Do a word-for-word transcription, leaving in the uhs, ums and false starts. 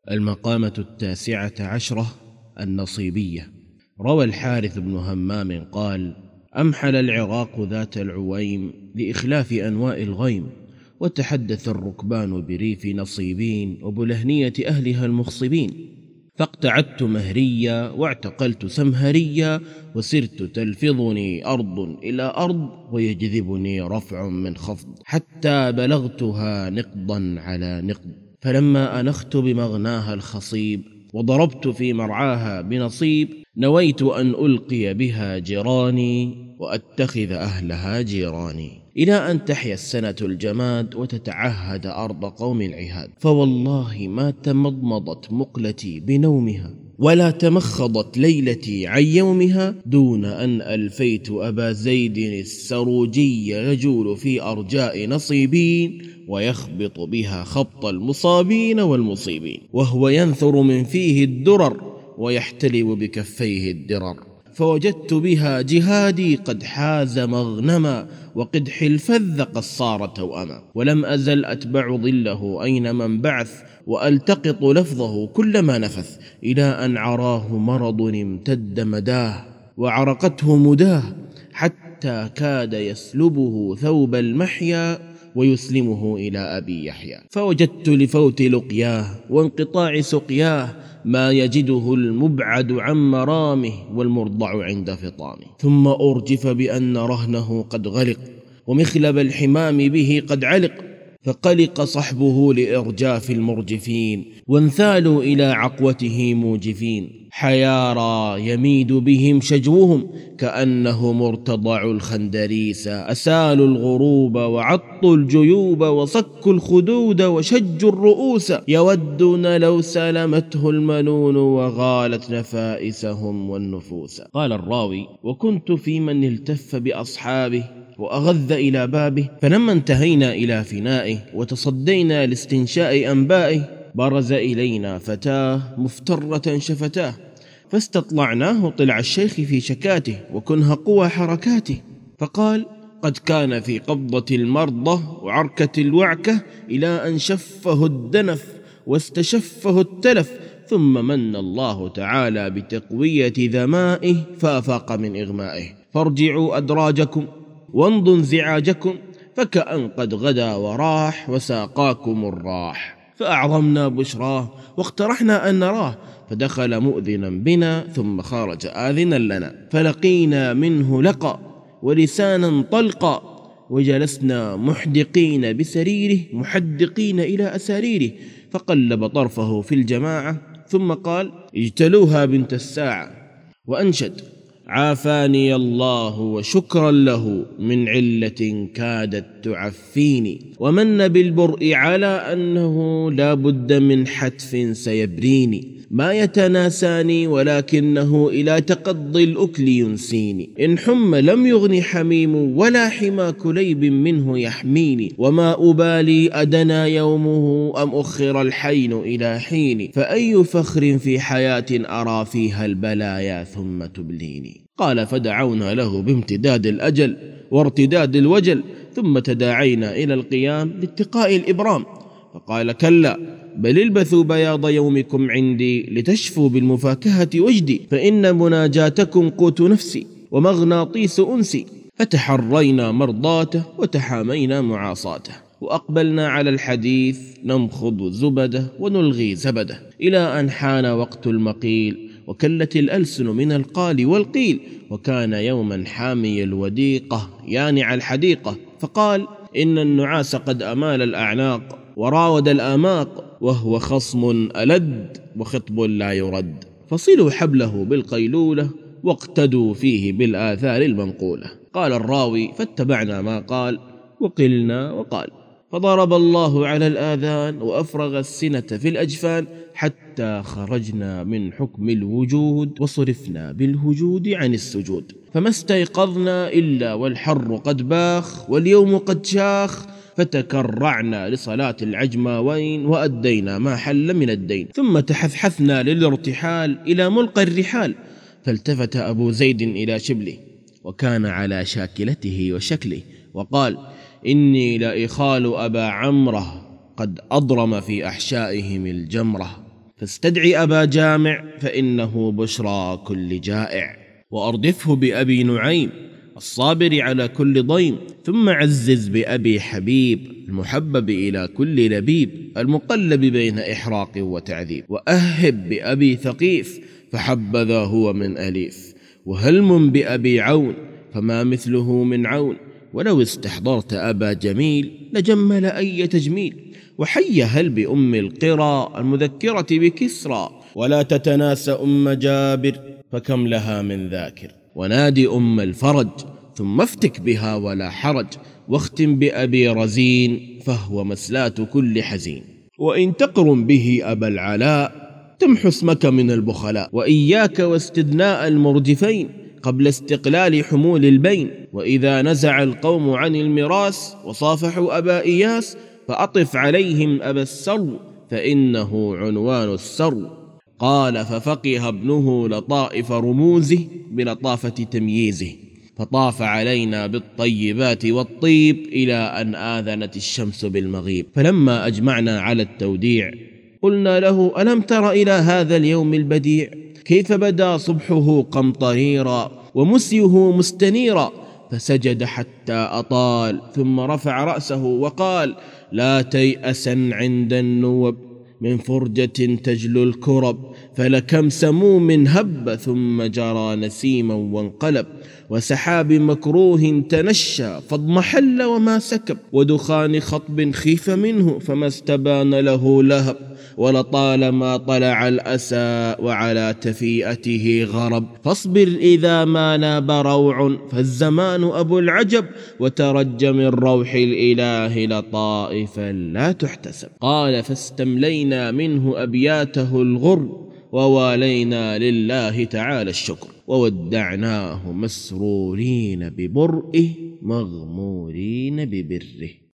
المقامة التاسعة عشرة: النصيبية. روى الحارث بن همام قال: أمحل العراق ذات العويم لإخلاف أنواء الغيم، وتحدث الركبان بريف نصيبين وبلهنية أهلها المخصبين، فاقتعدت مهريا واعتقلت سمهريا، وسرت تلفظني أرض إلى أرض ويجذبني رفع من خفض، حتى بلغتها نقضا على نقض. فلما أنخت بمغناها الخصيب وضربت في مرعاها بنصيب، نويت أن ألقي بها جيراني وأتخذ أهلها جيراني، إلى أن تحيا السنة الجماد وتتعهد أرض قوم العهاد. فوالله ما تمضمضت مقلتي بنومها ولا تمخضت ليلتي عن يومها، دون أن ألفيت أبا زيد السروجي يجول في أرجاء نصيبين، ويخبط بها خبط المصابين والمصيبين، وهو ينثر من فيه الدرر ويحتلب بكفيه الدرر. فوجدت بها جهادي قد حاز مغنما، وقدح الفذ قد صار توأما، ولم أزل أتبع ظله أينما انبعث، وألتقط لفظه كلما نفث، إلى أن عراه مرض امتد مداه وعرقته مداه، حتى كاد يسلبه ثوب المحيا ويسلمه إلى أبي يحيى. فوجدت لفوت لقياه وانقطاع سقياه ما يجده المبعد عن مرامه والمرضع عند فطامه، ثم أرجف بأن رهنه قد غلق، ومخلب الحمام به قد علق، فقلق صحبه لإرجاف المرجفين، وانثالوا إلى عقوته موجفين، حيارى يميد بهم شجوهم، كأنه مرتضع الخندريس، أسالوا الغروب وعطوا الجيوب، وصكوا الخدود وشجوا الرؤوس، يودون لو سلمته المنون، وغالت نفائسهم والنفوس. قال الراوي: وكنت في من التف بأصحابه وأغذ إلى بابه، فلما انتهينا إلى فنائه وتصدينا لاستنشاء أنبائه، برز إلينا فتاه مفترة شفتاه، فاستطلعناه طلع الشيخ في شكاته وكنه قوى حركاته، فقال: قد كان في قبضة المرضى وعركة الوعكة، إلى أن شفه الدنف واستشفه التلف، ثم من الله تعالى بتقوية ذمائه فأفاق من إغمائه. فارجعوا أدراجكم وامضوا انزعاجكم، فكأن قد غدا وراح وساقاكم الراح. فأعظمنا بشراه واقترحنا أن نراه، فدخل مؤذنا بنا ثم خرج آذنا لنا، فلقينا منه لقى ولسانا طلقا، وجلسنا محدقين بسريره محدقين إلى أساريره، فقلب طرفه في الجماعة ثم قال: اجتلوها بنت الساعة، وأنشد: عافاني الله وشكرا له من علة كادت تعفيني، ومن بالبرء على أنه لا بد من حتف سيبريني، ما يتناساني ولكنه إلى تقضي الأكل ينسيني، إن حم لم يغن حميم ولا حما كليب منه يحميني، وما أبالي أدنى يومه أم أخر الحين إلى حين، فأي فخر في حياة أرى فيها البلايا ثم تبليني. قال: فدعونا له بامتداد الأجل وارتداد الوجل، ثم تداعينا إلى القيام لاتقاء الإبرام، فقال: كلا، بل البثوا بياض يومكم عندي لتشفوا بالمفاكهة وجدي، فإن مناجاتكم قوت نفسي ومغناطيس أنسي. فتحرينا مرضاته وتحامينا معاصاته، وأقبلنا على الحديث نمخض زبده ونلغي زبده، إلى أن حان وقت المقيل وكلت الألسن من القال والقيل، وكان يوما حامي الوديقة يانع الحديقة، فقال: إن النعاس قد أمال الأعناق وراود الآماق، وهو خصم ألد وخطب لا يرد، فصلوا حبله بالقيلولة واقتدوا فيه بالآثار المنقولة. قال الراوي: فاتبعنا ما قال وقلنا وقال، فضرب الله على الآذان وأفرغ السنة في الأجفان، حتى خرجنا من حكم الوجود وصرفنا بالهجود عن السجود، فما استيقظنا إلا والحر قد باخ واليوم قد شاخ، فتكرعنا لصلاة العجماوين وأدينا ما حل من الدين، ثم تحثحثنا للارتحال إلى ملقى الرحال. فالتفت أبو زيد إلى شبله وكان على شاكلته وشكله، وقال: إني لإخال أبا عمره قد أضرم في أحشائهم الجمرة. فاستدعي أبا جامع فإنه بشرى كل جائع، وأردفه بأبي نعيم الصابر على كل ضيم، ثم عزز بأبي حبيب المحبب إلى كل لبيب المقلب بين إحراق وتعذيب، وأهب بأبي ثقيف فحبذا هو من أليف، وهلم بأبي عون فما مثله من عون، ولو استحضرت أبا جميل لجمل أي تجميل، وحي هل بأم القرى المذكرة بكسرى، ولا تتناسى أم جابر فكم لها من ذاكر، ونادي أم الفرج ثم افتك بها ولا حرج، واختم بأبي رزين فهو مسلاة كل حزين، وإن تقرن به أبا العلاء تمحو اسمك من البخلاء، وإياك واستدناء المرجفين قبل استقلال حمول البين، وإذا نزع القوم عن الميراث وصافحوا أبا إياس فأطف عليهم أبا السر فإنه عنوان السر. قال ففقه ابنه لطائف رموزه بلطافة تمييزه، فطاف علينا بالطيبات والطيب إلى أن آذنت الشمس بالمغيب، فلما أجمعنا على التوديع قلنا له ألم تر إلى هذا اليوم البديع كيف بدا صبحه قمطريرا ومسيه مستنيرا، فسجد حتى أطال ثم رفع رأسه وقال لا تيأسا عند النوب من فرجة تجلو الكرب، فلكم سموم هب ثم جرى نسيما وانقلب، وسحاب مكروه تنشى فاضمحل وما سكب، ودخان خطب خيف منه فما استبان له لهب، ولطالما طلع الأسى وعلى تفيئته غرب، فاصبر إذا ما ناب روع فالزمان أبو العجب، وترج من روح الإله لطائفا لا تحتسب. قال فاستملينا منه أبياته الغر ووالينا لله تعالى الشكر، وودعناه مسرورين ببرئه مغمورين ببره.